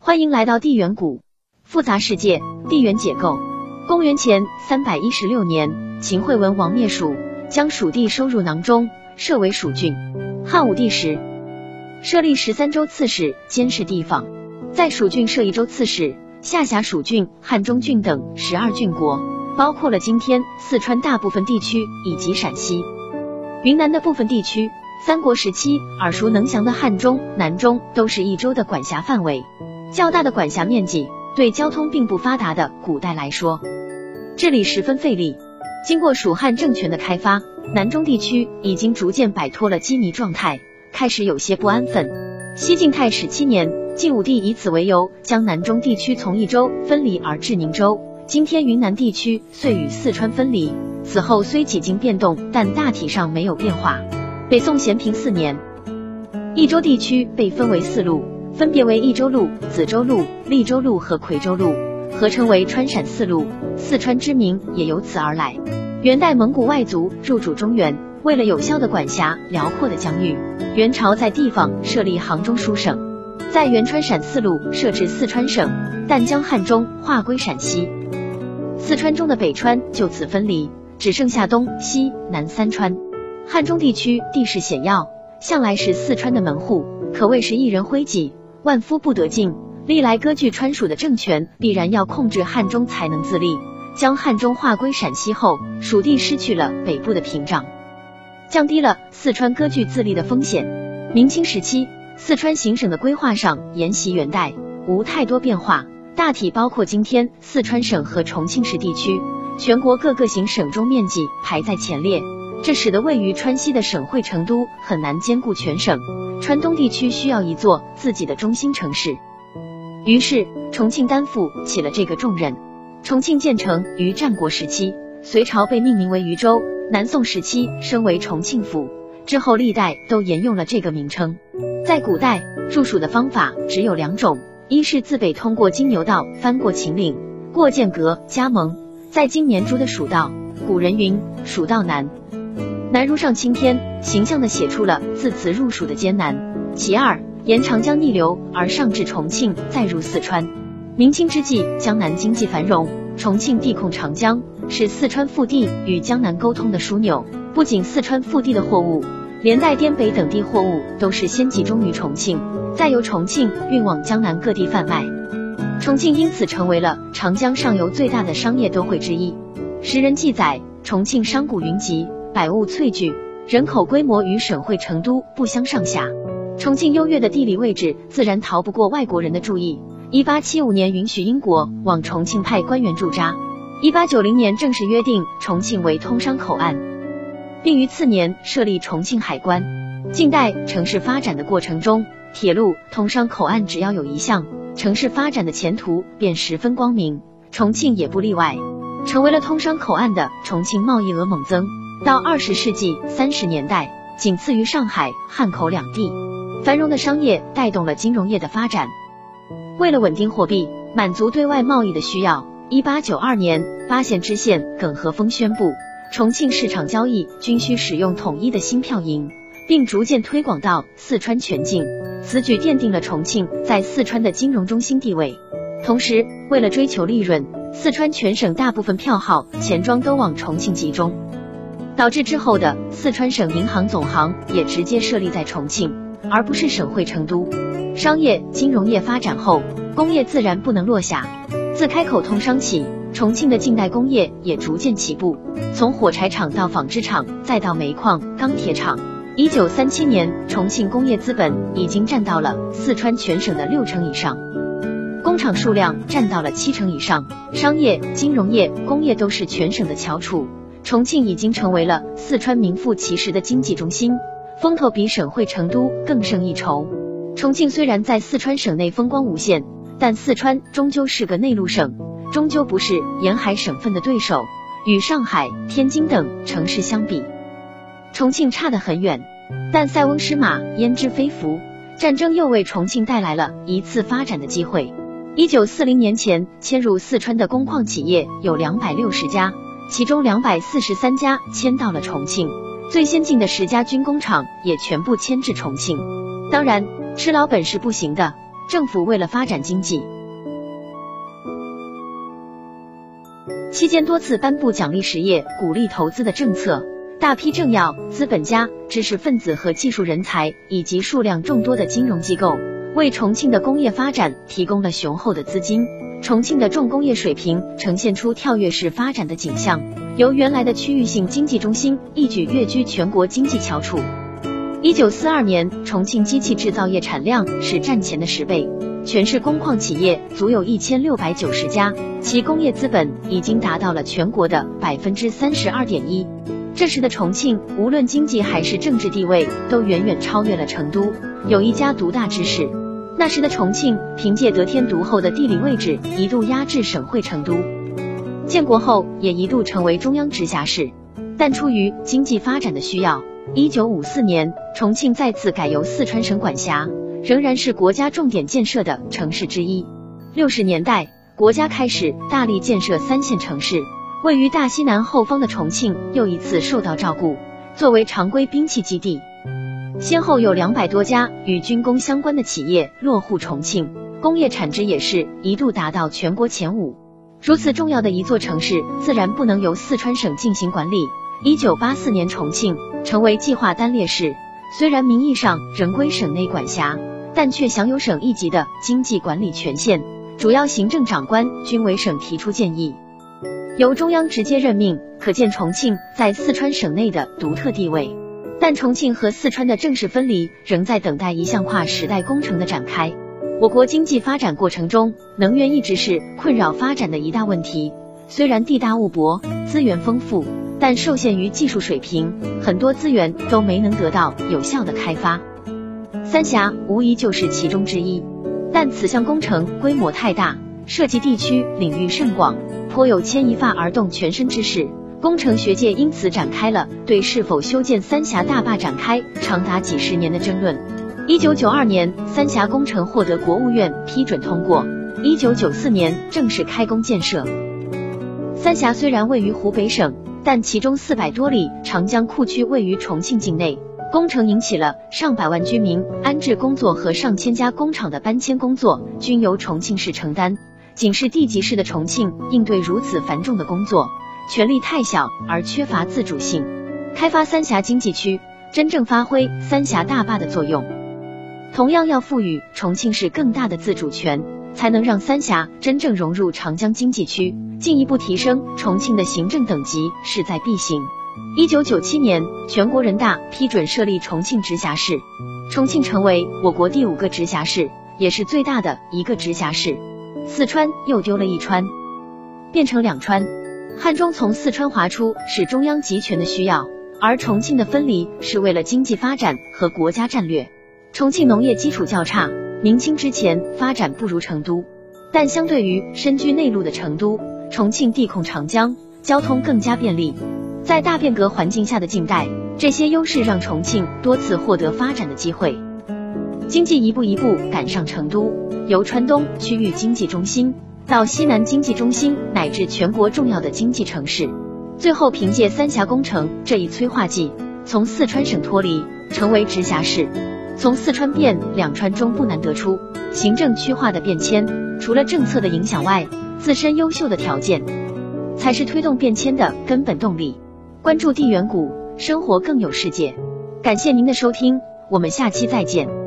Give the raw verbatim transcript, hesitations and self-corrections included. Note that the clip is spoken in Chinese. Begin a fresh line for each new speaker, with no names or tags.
欢迎来到地缘谷，复杂世界，地缘解构。公元前三百一十六年，秦惠文王灭蜀，将蜀地收入囊中，设为蜀郡。汉武帝时，设立十三州刺史，监视地方。在蜀郡设一州刺史，下辖蜀郡、汉中郡等十二郡国，包括了今天四川大部分地区以及陕西、云南的部分地区。三国时期耳熟能详的汉中、南中都是一州的管辖范围。较大的管辖面积，对交通并不发达的古代来说，治理十分费力。经过蜀汉政权的开发，南中地区已经逐渐摆脱了羁縻状态，开始有些不安分。西晋太始七年，晋武帝以此为由，将南中地区从益州分离而至宁州，今天云南地区遂与四川分离。此后虽几经变动，但大体上没有变化。北宋咸平四年，益州地区被分为四路，分别为益州路、梓州路、利州路和夔州路，合称为川陕四路。四川之名也由此而来。元代蒙古外族入主中原，为了有效地管辖辽阔的疆域，元朝在地方设立杭中书省，在原川陕四路设置四川省，但将汉中划归陕西。四川中的北川就此分离，只剩下东西南三川。汉中地区地势险要，向来是四川的门户，可谓是一人挥戟，万夫不得进。历来割据川蜀的政权必然要控制汉中才能自立。将汉中划归陕西后，蜀地失去了北部的屏障，降低了四川割据自立的风险。明清时期，四川行省的规划上沿袭元代，无太多变化，大体包括今天四川省和重庆市地区。全国各个行省中面积排在前列，这使得位于川西的省会成都很难兼顾全省。川东地区需要一座自己的中心城市，于是重庆担负起了这个重任。重庆建成于战国时期，隋朝被命名为渝州，南宋时期升为重庆府，之后历代都沿用了这个名称。在古代，入蜀的方法只有两种，一是自北通过金牛道翻过秦岭，过剑阁、加盟，在今绵竹的蜀道。古人云：蜀道难，难如上青天，形象地写出了自此入蜀的艰难。其二，沿长江逆流而上至重庆，再入四川。明清之际，江南经济繁荣，重庆地控长江，是四川腹地与江南沟通的枢纽。不仅四川腹地的货物，连带滇北等地货物都是先集中于重庆，再由重庆运往江南各地贩卖。重庆因此成为了长江上游最大的商业都会之一。时人记载，重庆商贾云集，百物萃聚，人口规模与省会成都不相上下。重庆优越的地理位置自然逃不过外国人的注意。一八七五年允许英国往重庆派官员驻扎，一八九零年正式约定重庆为通商口岸，并于次年设立重庆海关。近代城市发展的过程中，铁路、通商口岸只要有一项，城市发展的前途便十分光明，重庆也不例外。成为了通商口岸的重庆贸易额猛增，到二十世纪三十年代，仅次于上海、汉口两地。繁荣的商业带动了金融业的发展。为了稳定货币，满足对外贸易的需要，一八九二年，巴县知县耿和峰宣布，重庆市场交易均需使用统一的新票银，并逐渐推广到四川全境。此举奠定了重庆在四川的金融中心地位。同时，为了追求利润，四川全省大部分票号、钱庄都往重庆集中，导致之后的四川省银行总行也直接设立在重庆，而不是省会成都。商业、金融业发展后，工业自然不能落下。自开口通商起，重庆的近代工业也逐渐起步，从火柴厂到纺织厂，再到煤矿、钢铁厂。一九三七年，重庆工业资本已经占到了四川全省的六成以上，工厂数量占到了七成以上，商业、金融业、工业都是全省的翘楚。重庆已经成为了四川名副其实的经济中心，风头比省会成都更胜一筹。重庆虽然在四川省内风光无限，但四川终究是个内陆省，终究不是沿海省份的对手。与上海、天津等城市相比，重庆差得很远。但塞翁失马，焉知非福，战争又为重庆带来了一次发展的机会。一九四零年前迁入四川的工矿企业有两百六十家，其中两百四十三家迁到了重庆，最先进的十家军工厂也全部迁至重庆。当然，吃老本是不行的， 政府为了发展经济，期间多次颁布奖励实业、鼓励投资的政策，大批政要、资本家、知识分子和技术人才以及数量众多的金融机构，为重庆的工业发展提供了雄厚的资金。重庆的重工业水平呈现出跳跃式发展的景象，由原来的区域性经济中心一举跃居全国经济翘楚。一九四二年，重庆机器制造业产量是战前的十倍，全市工矿企业足有一千六百九十家，其工业资本已经达到了全国的百分之三十二点一。这时的重庆，无论经济还是政治地位，都远远超越了成都，有一家独大之势。那时的重庆凭借得天独厚的地理位置，一度压制省会成都。建国后也一度成为中央直辖市，但出于经济发展的需要，一九五四年重庆再次改由四川省管辖，仍然是国家重点建设的城市之一。六十年代，国家开始大力建设三线城市，位于大西南后方的重庆又一次受到照顾，作为常规兵器基地。先后有两百多家与军工相关的企业落户重庆，工业产值也是一度达到全国前五。如此重要的一座城市，自然不能由四川省进行管理。一九八四年，重庆成为计划单列市，虽然名义上仍归省内管辖，但却享有省一级的经济管理权限，主要行政长官均为省提出建议，由中央直接任命，可见重庆在四川省内的独特地位。但重庆和四川的正式分离仍在等待一项跨时代工程的展开。我国经济发展过程中，能源一直是困扰发展的一大问题。虽然地大物博，资源丰富，但受限于技术水平，很多资源都没能得到有效的开发。三峡无疑就是其中之一，但此项工程规模太大，涉及地区领域甚广，颇有牵一发而动全身之势。工程学界因此展开了对是否修建三峡大坝展开长达几十年的争论。一九九二年，三峡工程获得国务院批准通过，一九九四年正式开工建设。三峡虽然位于湖北省，但其中四百多里长江库区位于重庆境内，工程引起了上百万居民安置工作和上千家工厂的搬迁工作均由重庆市承担。仅是地级市的重庆应对如此繁重的工作，权力太小而缺乏自主性。开发三峡经济区，真正发挥三峡大坝的作用，同样要赋予重庆市更大的自主权，才能让三峡真正融入长江经济区，进一步提升重庆的行政等级，势在必行。一九九七年，全国人大批准设立重庆直辖市，重庆成为我国第五个直辖市，也是最大的一个直辖市。四川又丢了一川，变成两川。汉中从四川划出是中央集权的需要，而重庆的分离是为了经济发展和国家战略。重庆农业基础较差，明清之前发展不如成都，但相对于身居内陆的成都，重庆地控长江，交通更加便利。在大变革环境下的近代，这些优势让重庆多次获得发展的机会，经济一步一步赶上成都，由川东区域经济中心到西南经济中心，乃至全国重要的经济城市，最后凭借三峡工程这一催化剂，从四川省脱离，成为直辖市。从四川变两川中不难得出，行政区划的变迁，除了政策的影响外，自身优秀的条件才是推动变迁的根本动力。关注地缘股，生活更有世界。感谢您的收听，我们下期再见。